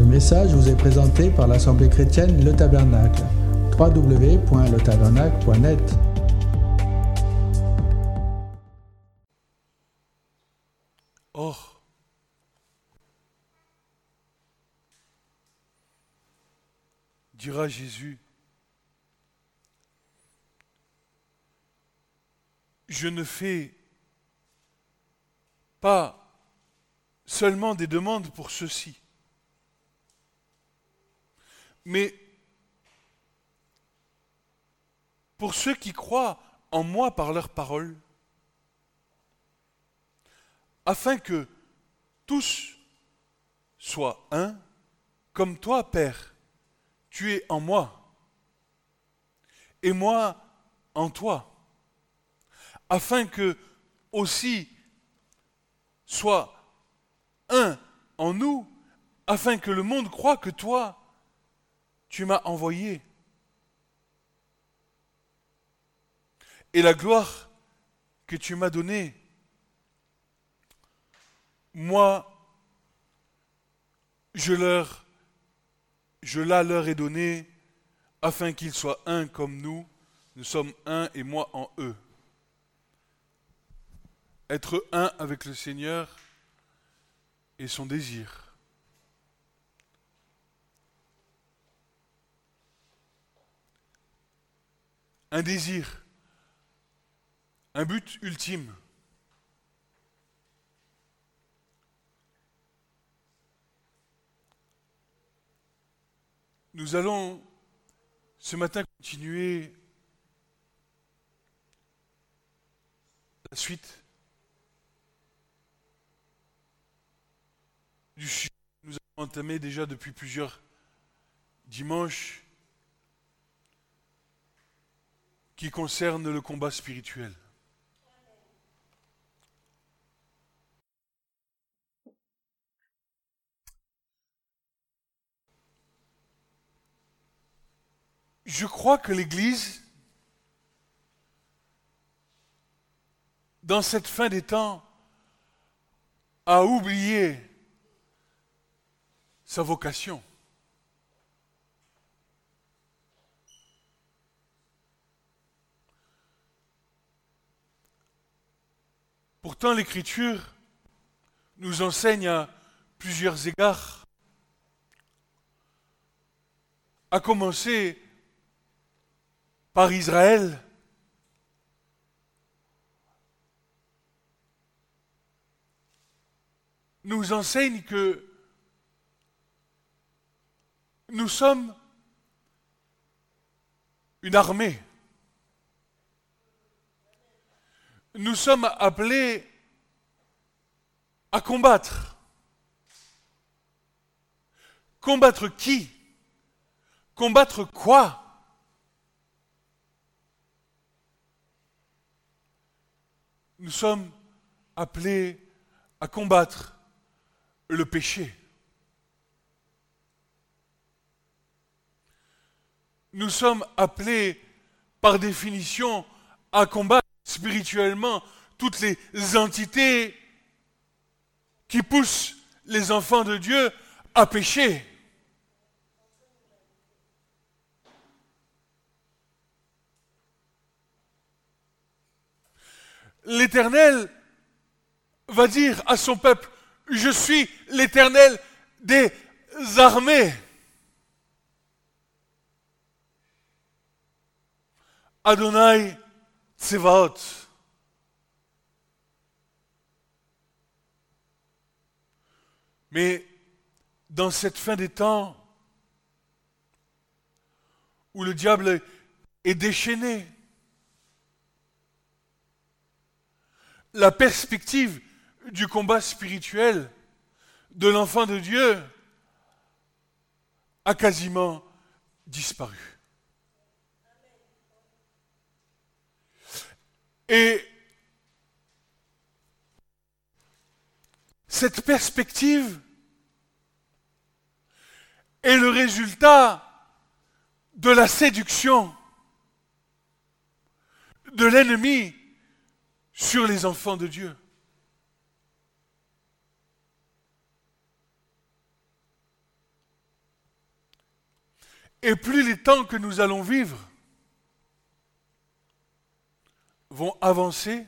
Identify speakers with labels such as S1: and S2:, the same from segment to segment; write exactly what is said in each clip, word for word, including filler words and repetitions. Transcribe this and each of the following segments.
S1: message vous est présenté par l'Assemblée chrétienne Le Tabernacle. w w w point le tabernacle point net
S2: Or, dira Jésus, je ne fais pas seulement des demandes pour ceux-ci, mais pour ceux qui croient en moi par leurs paroles, afin que tous soient un, comme toi, Père, tu es en moi, et moi en toi, afin que aussi soient un en nous, afin que le monde croie que toi, tu m'as envoyé. Et la gloire que tu m'as donnée, moi, je leur, je la leur ai donnée, afin qu'ils soient un comme nous, nous sommes un et moi en eux. Être un avec le Seigneur et son désir. Un désir, un but ultime. Nous allons ce matin continuer la suite du sujet que nous avons entamé déjà depuis plusieurs dimanches, qui concerne le combat spirituel. Je crois que l'Église, dans cette fin des temps, a oublié sa vocation. Pourtant, l'Écriture nous enseigne à plusieurs égards, à commencer par Israël, nous enseigne que nous sommes une armée. Nous sommes appelés à combattre. Combattre qui? Combattre quoi? Nous sommes appelés à combattre le péché. Nous sommes appelés, par définition, à combattre spirituellement toutes les entités qui poussent les enfants de Dieu à pécher. L'Éternel va dire à son peuple, je suis l'Éternel des armées. Adonai Tsevaot. Mais dans cette fin des temps, où le diable est déchaîné, la perspective du combat spirituel de l'enfant de Dieu a quasiment disparu. Et cette perspective est le résultat de la séduction de l'ennemi sur les enfants de Dieu. Et plus les temps que nous allons vivre vont avancer,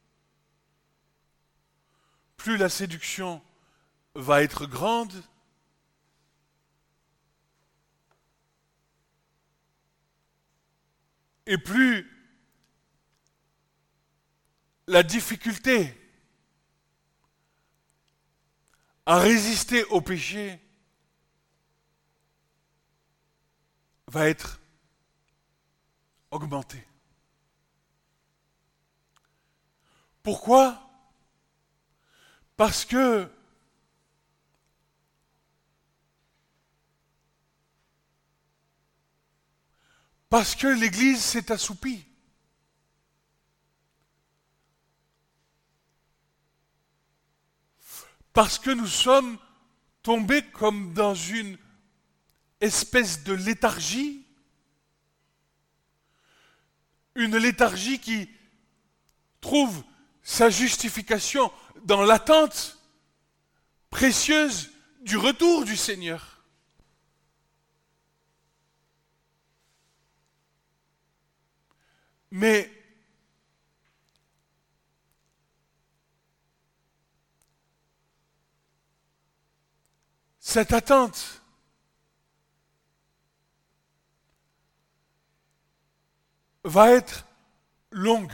S2: plus la séduction va être grande, et plus la difficulté à résister au péché va être augmentée. Pourquoi ? Parce que parce que l'Église s'est assoupie. Parce que nous sommes tombés comme dans une espèce de léthargie, une léthargie qui trouve sa justification dans l'attente précieuse du retour du Seigneur. Mais cette attente va être longue.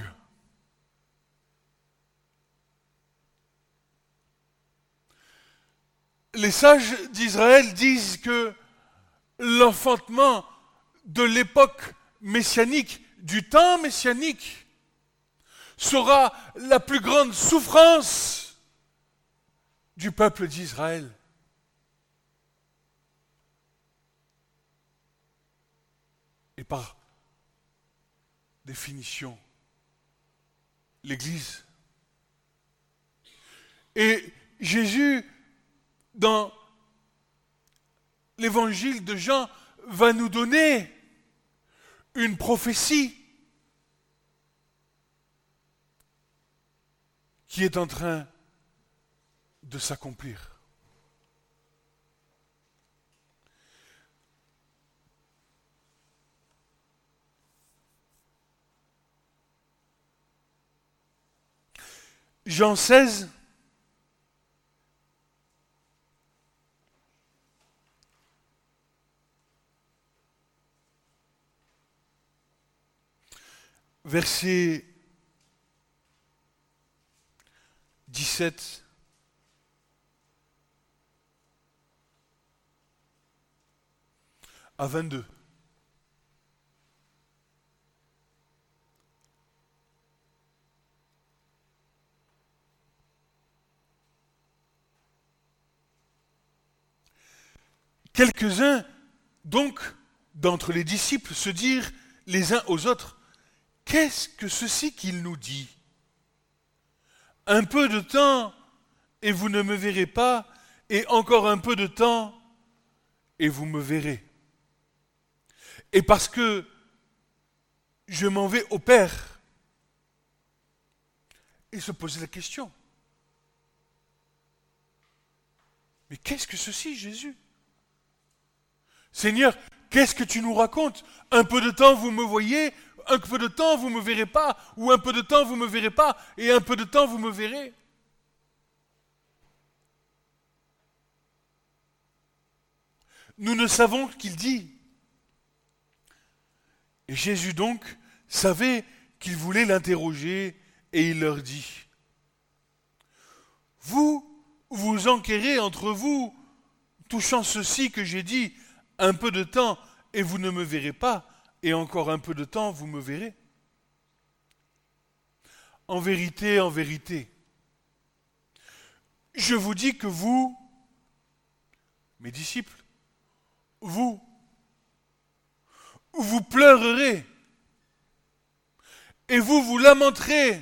S2: Les sages d'Israël disent que l'enfantement de l'époque messianique, du temps messianique, sera la plus grande souffrance du peuple d'Israël. Et par définition, l'Église. Et Jésus, dans l'évangile de Jean, va nous donner une prophétie qui est en train de s'accomplir. Jean seize, verset dix-sept à vingt-deux. Quelques-uns, donc, d'entre les disciples se dirent les uns aux autres, « Qu'est-ce que ceci qu'il nous dit ? Un peu de temps, et vous ne me verrez pas, et encore un peu de temps, et vous me verrez. Et parce que je m'en vais au Père. » Et se poser la question, « Mais qu'est-ce que ceci, Jésus ? Seigneur, qu'est-ce que tu nous racontes ? Un peu de temps, vous me voyez, un peu de temps, vous ne me verrez pas, ou un peu de temps, vous ne me verrez pas, et un peu de temps, vous me verrez. » Nous ne savons ce qu'il dit. Et Jésus donc savait qu'ils voulaient l'interroger, et il leur dit, « Vous, vous enquérez entre vous, touchant ceci que j'ai dit, un peu de temps, et vous ne me verrez pas, et encore un peu de temps, vous me verrez. En vérité, en vérité, je vous dis que vous, mes disciples, vous, vous pleurerez, et vous vous lamenterez.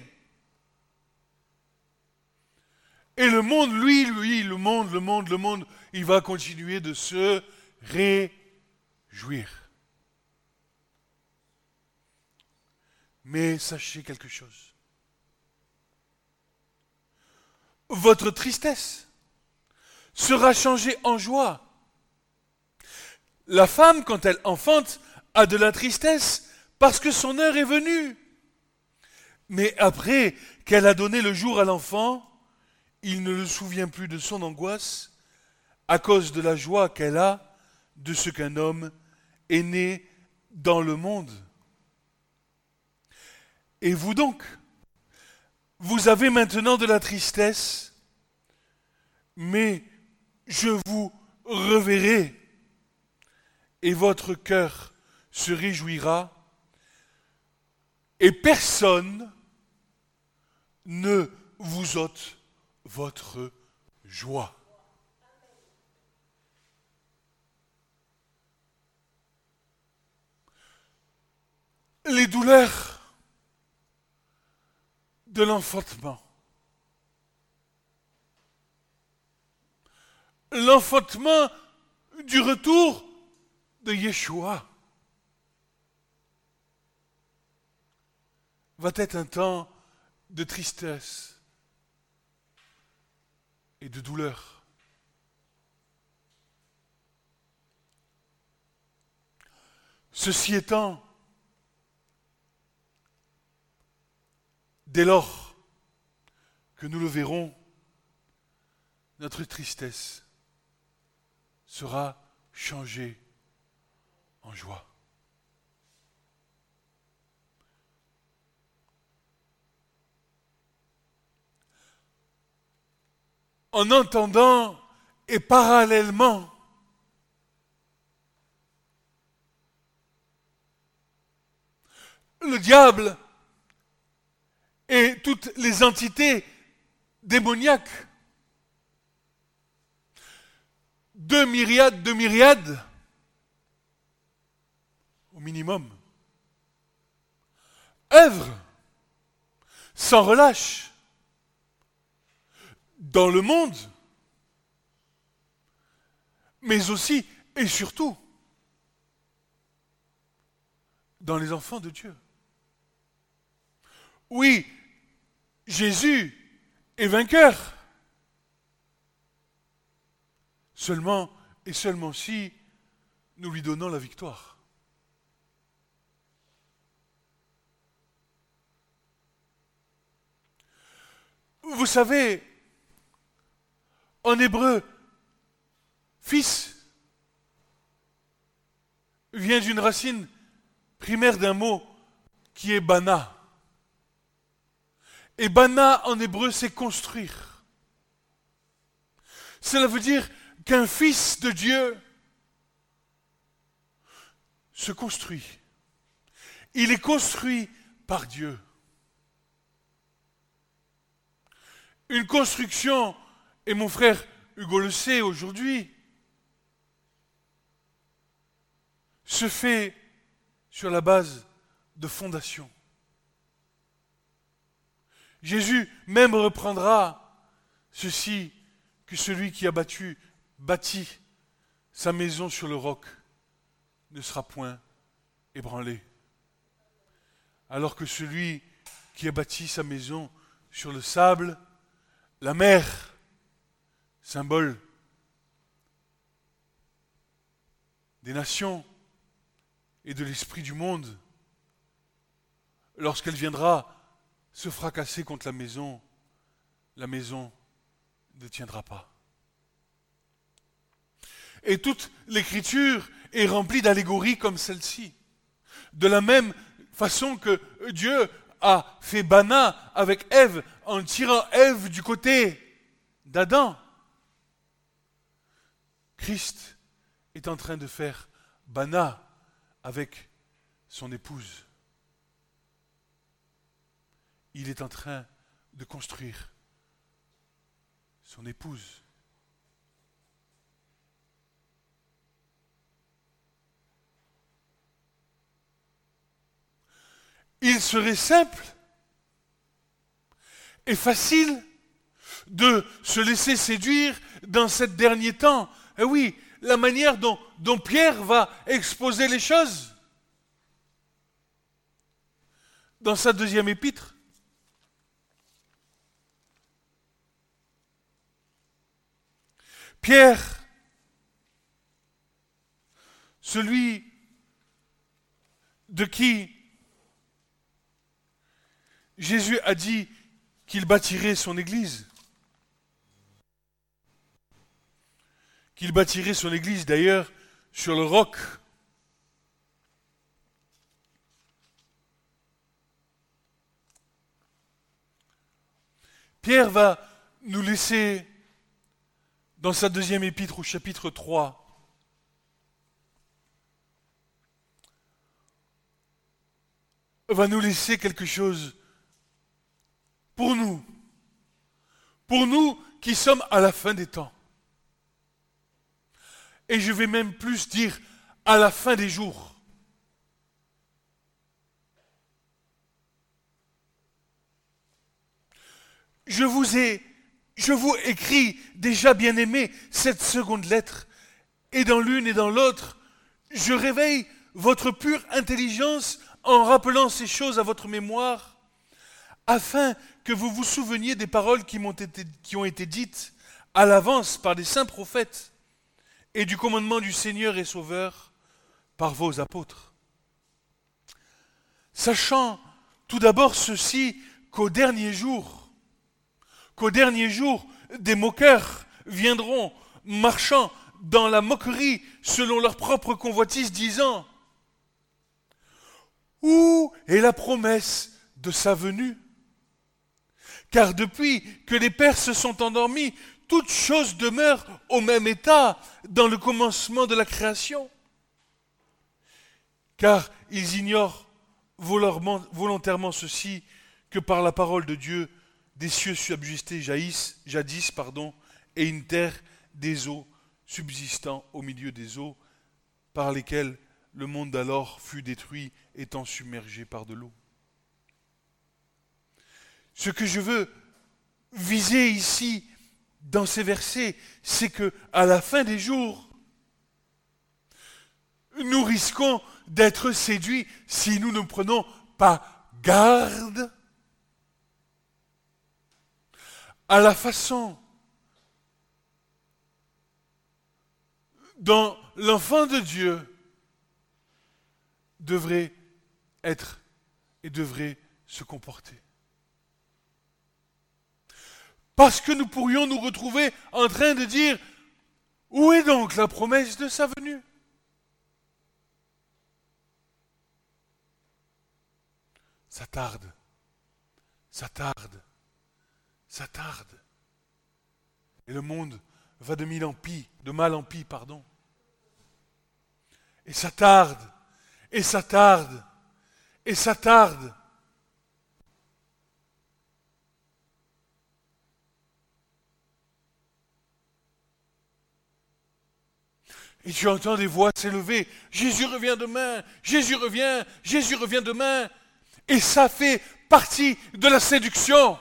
S2: Et le monde, lui, lui, le monde, le monde, le monde, il va continuer de se réjouir. Mais sachez quelque chose. Votre tristesse sera changée en joie. La femme, quand elle enfante, a de la tristesse parce que son heure est venue. Mais après qu'elle a donné le jour à l'enfant, il ne le souvient plus de son angoisse à cause de la joie qu'elle a de ce qu'un homme est né dans le monde. Et vous donc, vous avez maintenant de la tristesse, mais je vous reverrai et votre cœur se réjouira et personne ne vous ôte votre joie. Les douleurs de l'enfantement. L'enfantement du retour de Yeshua va être un temps de tristesse et de douleur. Ceci étant, dès lors que nous le verrons, notre tristesse sera changée en joie. En entendant et parallèlement le diable et toutes les entités démoniaques, deux myriades de myriades, au minimum, œuvrent sans relâche dans le monde, mais aussi et surtout dans les enfants de Dieu. Oui, Jésus est vainqueur. Seulement et seulement si nous lui donnons la victoire. Vous savez, en hébreu, fils vient d'une racine primaire d'un mot qui est bana. Et bana en hébreu, c'est construire. Cela veut dire qu'un fils de Dieu se construit. Il est construit par Dieu. Une construction, et mon frère Hugo le sait aujourd'hui, se fait sur la base de fondations. Jésus même reprendra ceci, que celui qui a battu, bâti sa maison sur le roc ne sera point ébranlé. Alors que celui qui a bâti sa maison sur le sable, la mer, symbole des nations et de l'esprit du monde, lorsqu'elle viendra se fracasser contre la maison, la maison ne tiendra pas. Et toute l'écriture est remplie d'allégories comme celle-ci. De la même façon que Dieu a fait Bana avec Ève en tirant Ève du côté d'Adam. Christ est en train de faire Bana avec son épouse. Il est en train de construire son épouse. Il serait simple et facile de se laisser séduire dans ces derniers temps. Et oui, la manière dont, dont Pierre va exposer les choses dans sa deuxième épître. Pierre celui de qui Jésus a dit qu'il bâtirait son Église. Qu'il bâtirait son Église d'ailleurs sur le roc. Pierre va nous laisser, dans sa deuxième épître au chapitre trois, va nous laisser quelque chose pour nous, pour nous qui sommes à la fin des temps. Et je vais même plus dire à la fin des jours. Je vous ai, je vous écris déjà bien-aimés cette seconde lettre, et dans l'une et dans l'autre, je réveille votre pure intelligence en rappelant ces choses à votre mémoire, afin que vous vous souveniez des paroles qui, m'ont été, qui ont été dites à l'avance par les saints prophètes, et du commandement du Seigneur et Sauveur par vos apôtres. Sachant tout d'abord ceci, qu'au dernier jour, qu'au dernier jour, des moqueurs viendront marchant dans la moquerie selon leur propre convoitise, disant « Où est la promesse de sa venue ? Car depuis que les pères se sont endormis, toute chose demeure au même état dans le commencement de la création. Car ils ignorent volontairement ceci, que par la parole de Dieu, des cieux subsistés jaillissent, jadis, pardon, et une terre des eaux subsistant au milieu des eaux, par lesquelles le monde d'alors fut détruit, étant submergé par de l'eau. » Ce que je veux viser ici, dans ces versets, c'est que à la fin des jours, nous risquons d'être séduits si nous ne prenons pas garde à la façon dont l'enfant de Dieu devrait être et devrait se comporter. Parce que nous pourrions nous retrouver en train de dire « Où est donc la promesse de sa venue ?» Ça tarde, ça tarde, ça tarde. Et le monde va de mille en pis, de mal en pis, pardon. Et ça tarde, et ça tarde, et ça tarde. Et tu entends des voix s'élever, Jésus revient demain, Jésus revient, Jésus revient demain. Et ça fait partie de la séduction.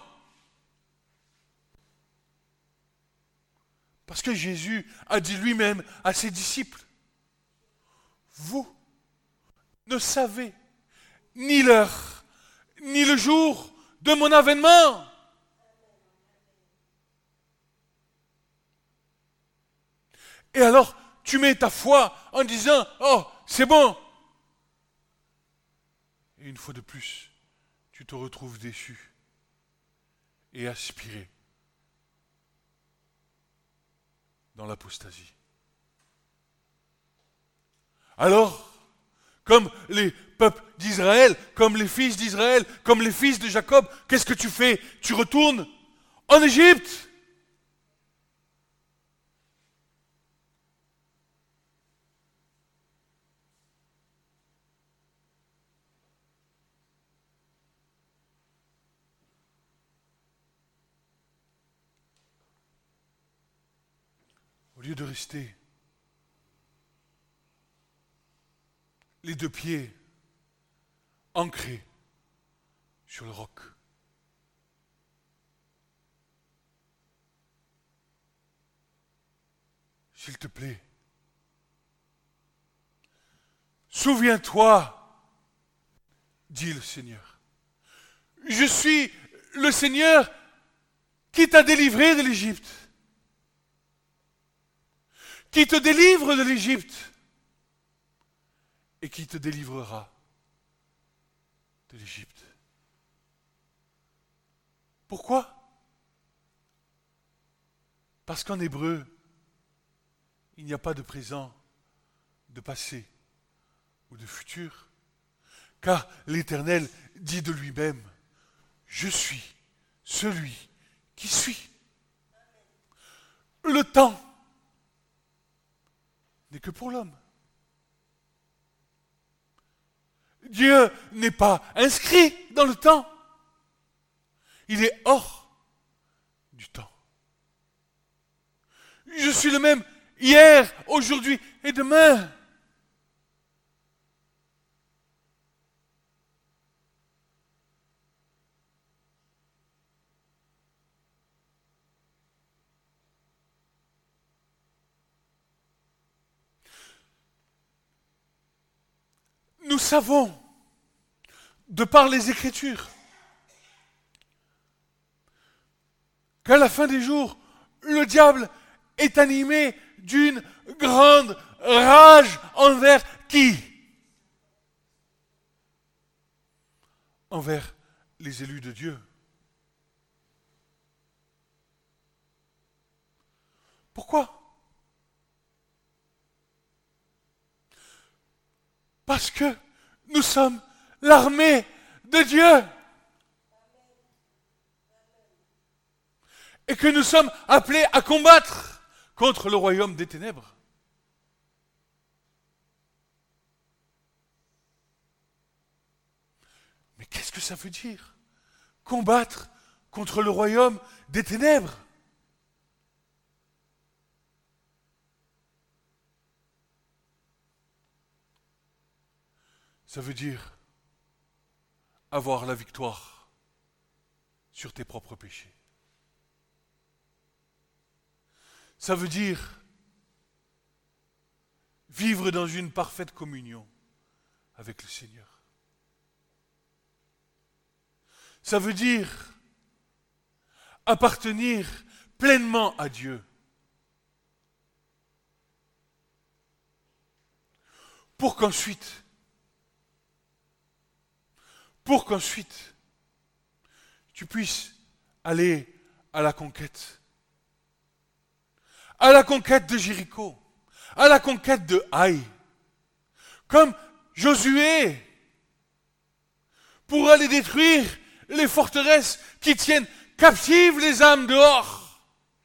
S2: Parce que Jésus a dit lui-même à ses disciples, vous ne savez ni l'heure, ni le jour de mon avènement. Et alors, tu mets ta foi en disant, oh, c'est bon. Et une fois de plus, tu te retrouves déçu et aspiré dans l'apostasie. Alors, comme les peuples d'Israël, comme les fils d'Israël, comme les fils de Jacob, qu'est-ce que tu fais ? Tu retournes en Égypte. Au lieu de rester les deux pieds ancrés sur le roc. S'il te plaît, souviens-toi, dit le Seigneur. Je suis le Seigneur qui t'a délivré de l'Égypte, qui te délivre de l'Égypte. et qui te délivrera de l'Égypte. Pourquoi ? Parce qu'en hébreu, il n'y a pas de présent, de passé ou de futur, car l'Éternel dit de lui-même, « Je suis celui qui suis. » Le temps n'est que pour l'homme. Dieu n'est pas inscrit dans le temps. Il est hors du temps. Je suis le même hier, aujourd'hui et demain. Nous savons, de par les Écritures, qu'à la fin des jours, le diable est animé d'une grande rage envers qui ? Envers les élus de Dieu. Pourquoi ? Parce que nous sommes l'armée de Dieu. Et que nous sommes appelés à combattre contre le royaume des ténèbres. Mais qu'est-ce que ça veut dire ? Combattre contre le royaume des ténèbres. Ça veut dire avoir la victoire sur tes propres péchés. Ça veut dire vivre dans une parfaite communion avec le Seigneur. Ça veut dire appartenir pleinement à Dieu. Pour qu'ensuite, pour qu'ensuite, tu puisses aller à la conquête. À la conquête de Jéricho, à la conquête de Haï, comme Josué, pour aller détruire les forteresses qui tiennent captives les âmes dehors.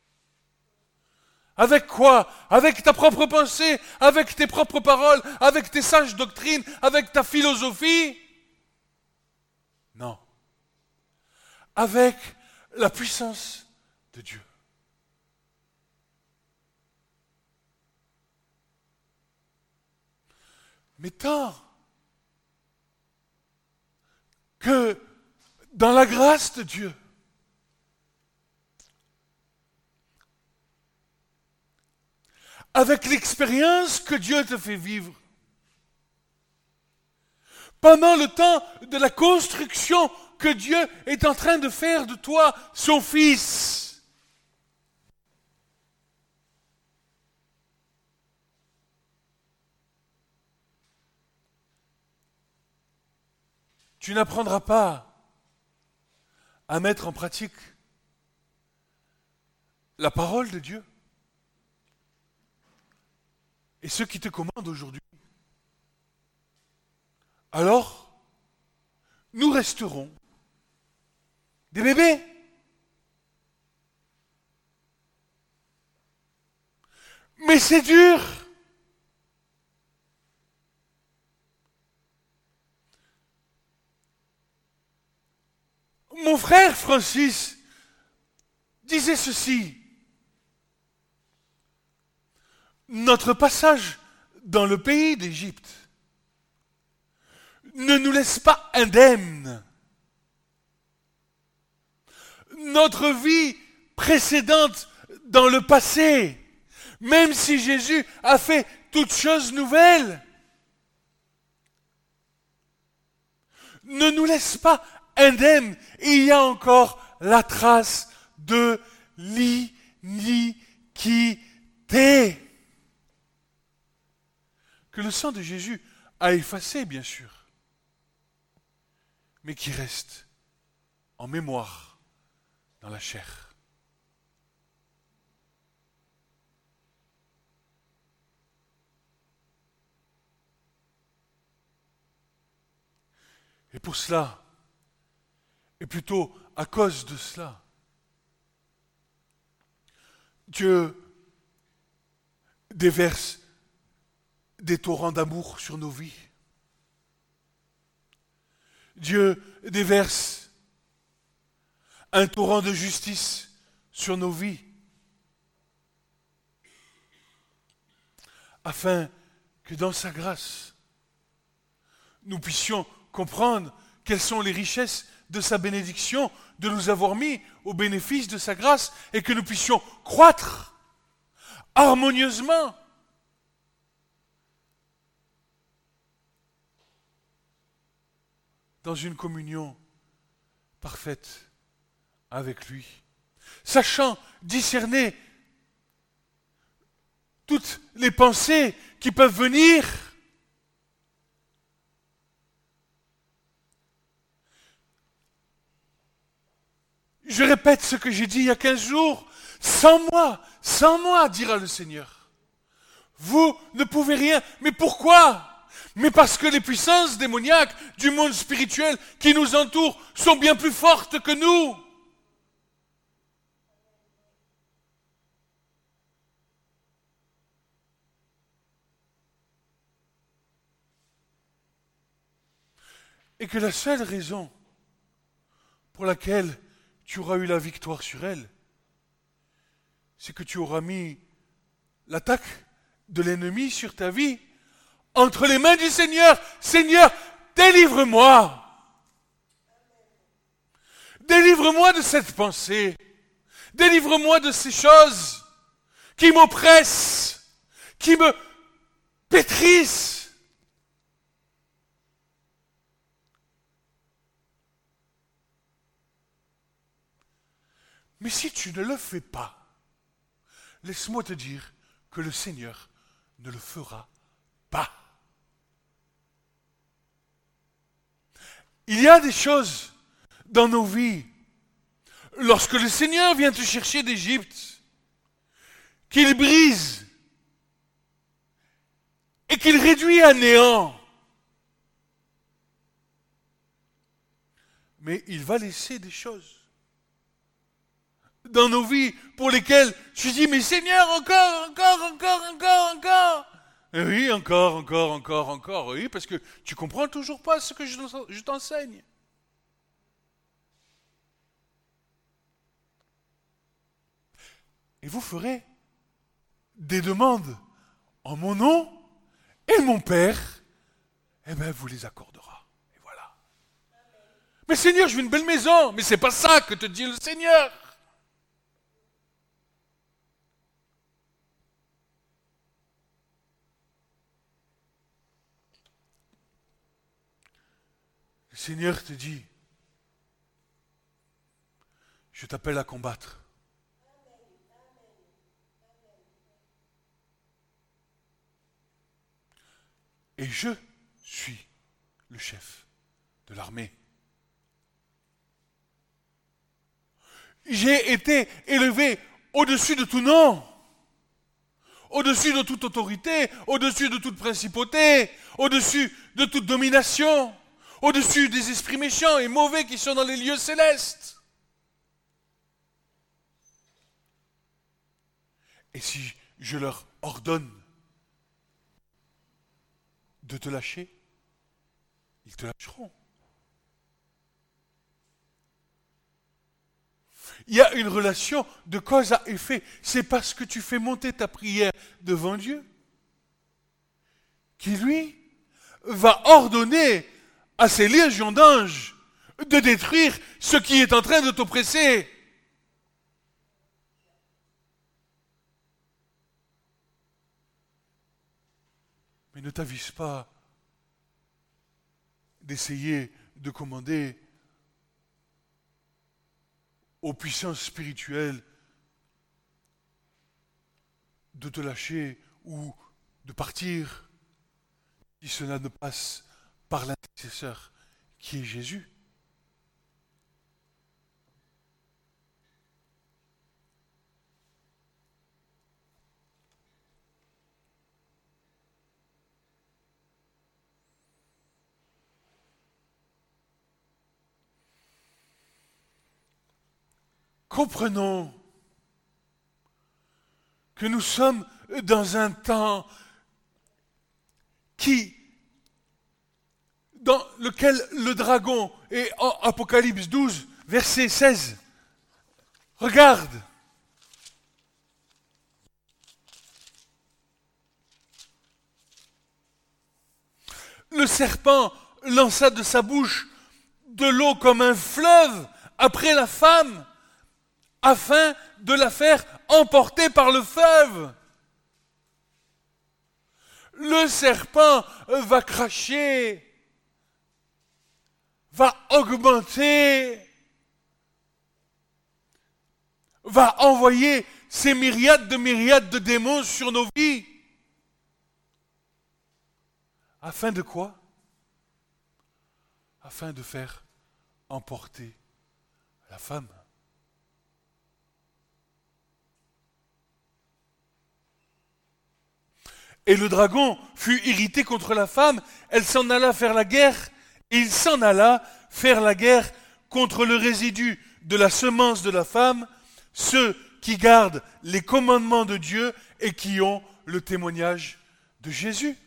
S2: Avec quoi ? Avec ta propre pensée, avec tes propres paroles, avec tes sages doctrines, avec ta philosophie ? Non. Avec la puissance de Dieu. Mais tant que dans la grâce de Dieu, avec l'expérience que Dieu te fait vivre, pendant le temps de la construction que Dieu est en train de faire de toi, son fils, tu n'apprendras pas à mettre en pratique la parole de Dieu et ce qui te commande aujourd'hui. Alors, nous resterons des bébés. Mais c'est dur. Mon frère Francis disait ceci. Notre passage dans le pays d'Égypte ne nous laisse pas indemnes. Notre vie précédente dans le passé, même si Jésus a fait toutes choses nouvelles, ne nous laisse pas indemnes. Il y a encore la trace de l'iniquité. Que le sang de Jésus à effacer, bien sûr, mais qui reste en mémoire dans la chair. Et pour cela, et plutôt à cause de cela, Dieu déverse des torrents d'amour sur nos vies. Dieu déverse un torrent de justice sur nos vies, afin que dans sa grâce, nous puissions comprendre quelles sont les richesses de sa bénédiction, de nous avoir mis au bénéfice de sa grâce, et que nous puissions croître harmonieusement dans une communion parfaite avec lui, sachant discerner toutes les pensées qui peuvent venir Je répète ce que j'ai dit il y a quinze jours. Sans moi, sans moi, dira le Seigneur. Vous ne pouvez rien. Mais pourquoi ? Mais parce que les puissances démoniaques du monde spirituel qui nous entourent sont bien plus fortes que nous. Et que la seule raison pour laquelle tu auras eu la victoire sur elle, c'est que tu auras mis l'attaque de l'ennemi sur ta vie entre les mains du Seigneur. Seigneur, délivre-moi. Délivre-moi de cette pensée. Délivre-moi de ces choses qui m'oppressent, qui me pétrissent. Mais si tu ne le fais pas, laisse-moi te dire que le Seigneur ne le fera pas. Il y a des choses dans nos vies, lorsque le Seigneur vient te chercher d'Égypte, qu'il brise et qu'il réduit à néant. Mais il va laisser des choses dans nos vies pour lesquelles tu dis, mais Seigneur, encore, encore, encore, encore, encore. Et oui, encore, encore, encore, encore, oui, parce que tu comprends toujours pas ce que je, je t'enseigne. Et vous ferez des demandes en mon nom, et mon Père, eh bien, vous les accordera. Et voilà. Mais Seigneur, je veux une belle maison. Mais c'est pas ça que te dit le Seigneur. Le Seigneur te dit, je t'appelle à combattre. Et je suis le chef de l'armée. J'ai été élevé au-dessus de tout nom, au-dessus de toute autorité, au-dessus de toute principauté, au-dessus de toute domination, au-dessus des esprits méchants et mauvais qui sont dans les lieux célestes. Et si je leur ordonne de te lâcher, ils te lâcheront. Il y a une relation de cause à effet. C'est parce que tu fais monter ta prière devant Dieu qui, lui, va ordonner à ses légions d'anges de détruire ce qui est en train de t'oppresser. Mais ne t'avise pas d'essayer de commander aux puissances spirituelles de te lâcher ou de partir. si cela ne passe par l'intercesseur qui est Jésus. Comprenons que nous sommes dans un temps qui, dans lequel le dragon, et en Apocalypse douze, verset seize, regarde, le serpent lança de sa bouche de l'eau comme un fleuve après la femme, afin de la faire emporter par le fleuve. Le serpent va cracher, va augmenter, va envoyer ses myriades de myriades de démons sur nos vies. Afin de quoi? Afin de faire emporter la femme. Et le dragon fut irrité contre la femme, elle s'en alla faire la guerre, et il s'en alla faire la guerre contre le résidu de la semence de la femme, ceux qui gardent les commandements de Dieu et qui ont le témoignage de Jésus.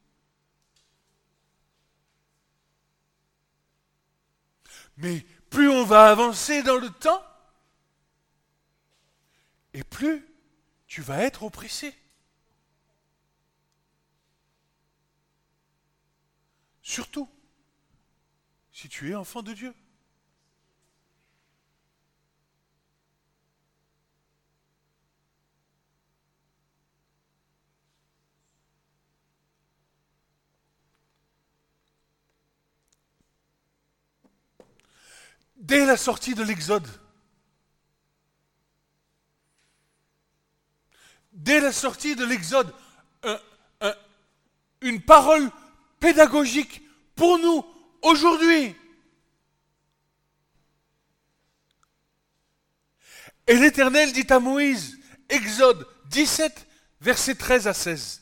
S2: Mais plus on va avancer dans le temps, et plus tu vas être oppressé. Surtout si tu es enfant de Dieu. Dès la sortie de l'Exode, dès la sortie de l'Exode, un, un, une parole pédagogique pour nous aujourd'hui. Et l'Éternel dit à Moïse, Exode dix-sept, versets treize à seize.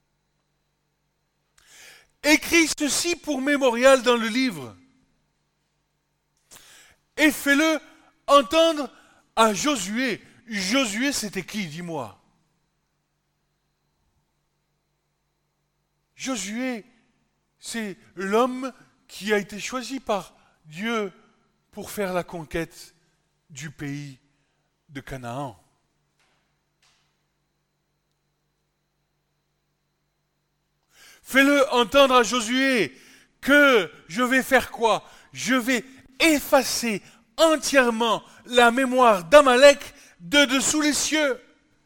S2: Écris ceci pour mémorial dans le livre, et fais-le entendre à Josué. Josué, c'était qui, dis-moi? Josué, c'est l'homme qui a été choisi par Dieu pour faire la conquête du pays de Canaan. Fais-le entendre à Josué que je vais faire quoi? Je vais effacer entièrement la mémoire d'Amalek de dessous les cieux.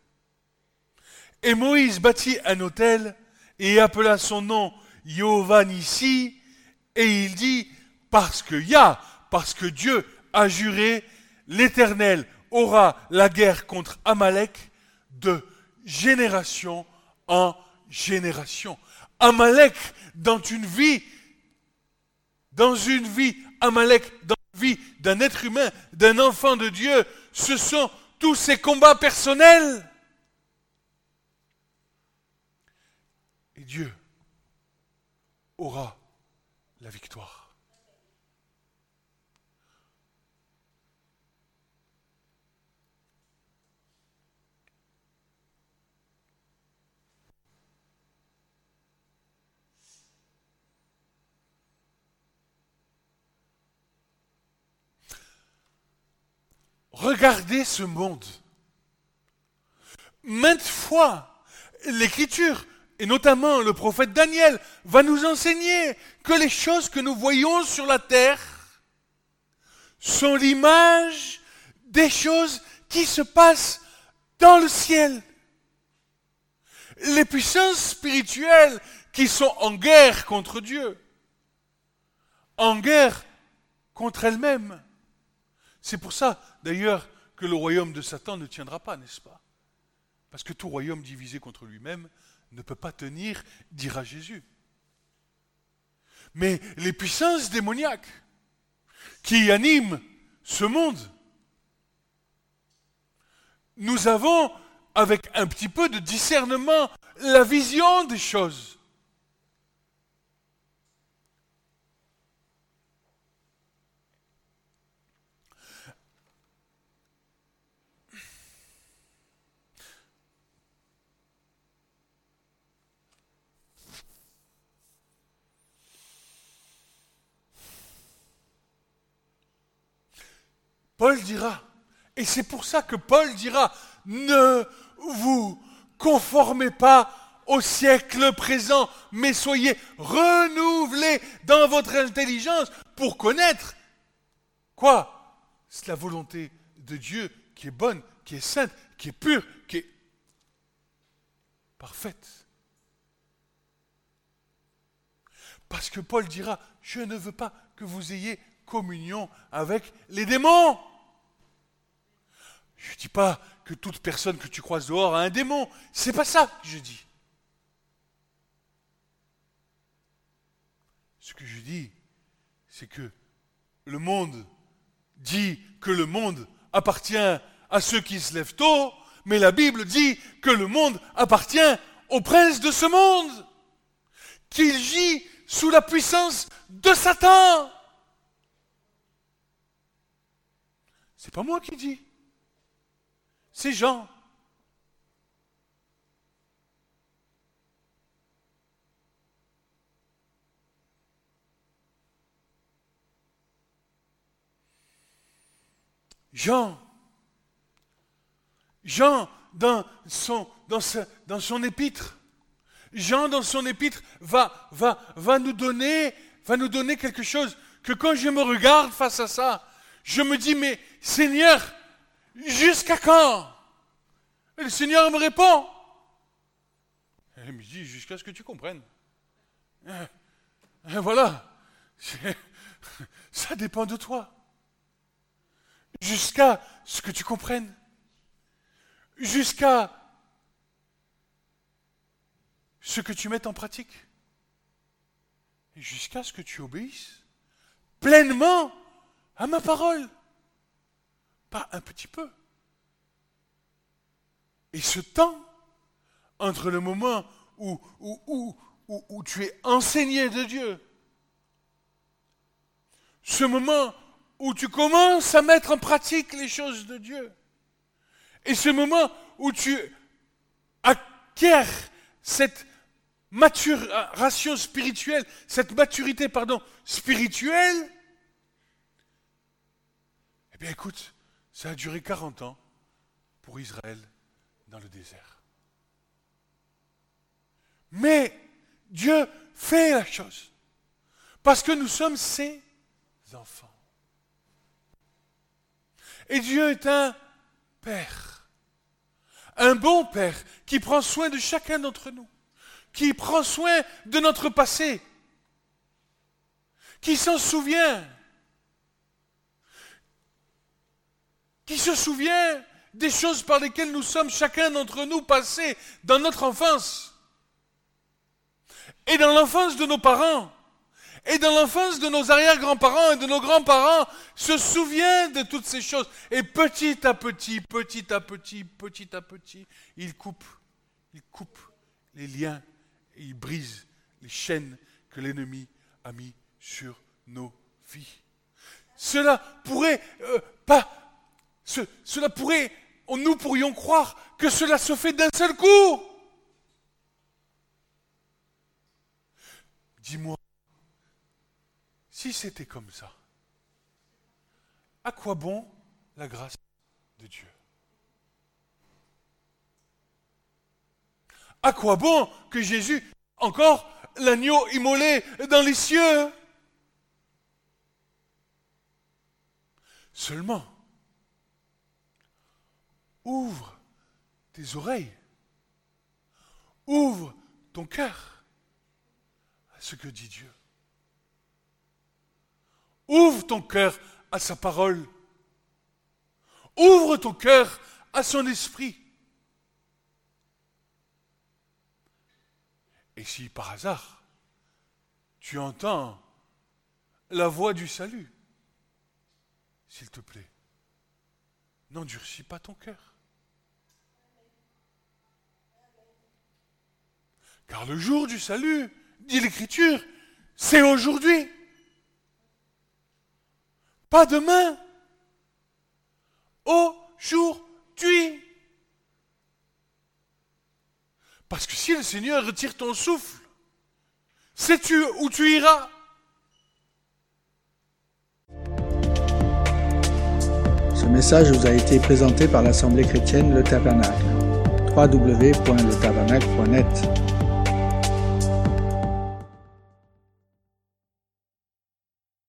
S2: Et Moïse bâtit un autel et appela son nom Jéhovah Nissi, et il dit, parce que Yah, parce que Dieu a juré, l'Éternel aura la guerre contre Amalek de génération en génération. Amalek, dans une vie, dans une vie, Amalek, dans la vie d'un être humain, d'un enfant de Dieu, ce sont tous ces combats personnels. Et Dieu aura la victoire. Regardez ce monde. Maintes fois, l'Écriture, et notamment le prophète Daniel, va nous enseigner que les choses que nous voyons sur la terre sont l'image des choses qui se passent dans le ciel. Les puissances spirituelles qui sont en guerre contre Dieu, en guerre contre elles-mêmes. C'est pour ça, d'ailleurs, que le royaume de Satan ne tiendra pas, n'est-ce pas? Parce que tout royaume divisé contre lui-même ne peut pas tenir, dira Jésus. mais les puissances démoniaques qui animent ce monde. Nous avons, avec un petit peu de discernement, la vision des choses. Paul dira, et c'est pour ça que Paul dira, ne vous conformez pas au siècle présent, mais soyez renouvelés dans votre intelligence pour connaître quoi ? C'est la volonté de Dieu qui est bonne, qui est sainte, qui est pure, qui est parfaite. Parce que Paul dira, je ne veux pas que vous ayez communion avec les démons. Je ne dis pas que toute personne que tu croises dehors a un démon. C'est pas ça que je dis. Ce que je dis, c'est que le monde dit que le monde appartient à ceux qui se lèvent tôt, mais la Bible dit que le monde appartient au prince de ce monde, qu'il gît sous la puissance de Satan. C'est pas moi qui dis. C'est Jean. Jean. Jean, dans son, dans sa, dans son épître, Jean, dans son épître, va, va, va, nous donner, va nous donner quelque chose que quand je me regarde face à ça, je me dis, mais Seigneur, jusqu'à quand ? Et le Seigneur me répond. Et il me dit, jusqu'à ce que tu comprennes. Et voilà. Ça dépend de toi. Jusqu'à ce que tu comprennes. Jusqu'à ce que tu mettes en pratique. Et jusqu'à ce que tu obéisses pleinement à ma parole. Pas un petit peu. Et ce temps, entre le moment où, où, où, où, où tu es enseigné de Dieu, ce moment où tu commences à mettre en pratique les choses de Dieu, et ce moment où tu acquiers cette maturation spirituelle, cette maturité, pardon, spirituelle, eh bien écoute, ça a duré quarante ans pour Israël dans le désert. Mais Dieu fait la chose parce que nous sommes ses enfants. Et Dieu est un Père, un bon Père qui prend soin de chacun d'entre nous, qui prend soin de notre passé, qui s'en souvient, qui se souvient des choses par lesquelles nous sommes chacun d'entre nous passés dans notre enfance, et dans l'enfance de nos parents, et dans l'enfance de nos arrière-grands-parents et de nos grands-parents, se souvient de toutes ces choses. Et petit à petit, petit à petit, petit à petit, il coupe, il coupe les liens et il brise les chaînes que l'ennemi a mis sur nos vies. Cela pourrait euh, pas, ce, cela pourrait, nous pourrions croire que cela se fait d'un seul coup. Dis-moi, si c'était comme ça, à quoi bon la grâce de Dieu ? À quoi bon que Jésus, encore l'agneau immolé dans les cieux ? Seulement, ouvre tes oreilles, ouvre ton cœur à ce que dit Dieu. Ouvre ton cœur à sa parole. Ouvre ton cœur à son esprit. Et si par hasard, tu entends la voix du salut. S'il te plaît, n'endurcis pas ton cœur. Car le jour du salut, dit l'Écriture, c'est aujourd'hui. Pas demain. Aujourd'hui. Parce que si le Seigneur retire ton souffle, sais-tu où tu iras?
S1: Ce message vous a été présenté par l'Assemblée chrétienne Le Tabernacle. w w w point le tabernacle point net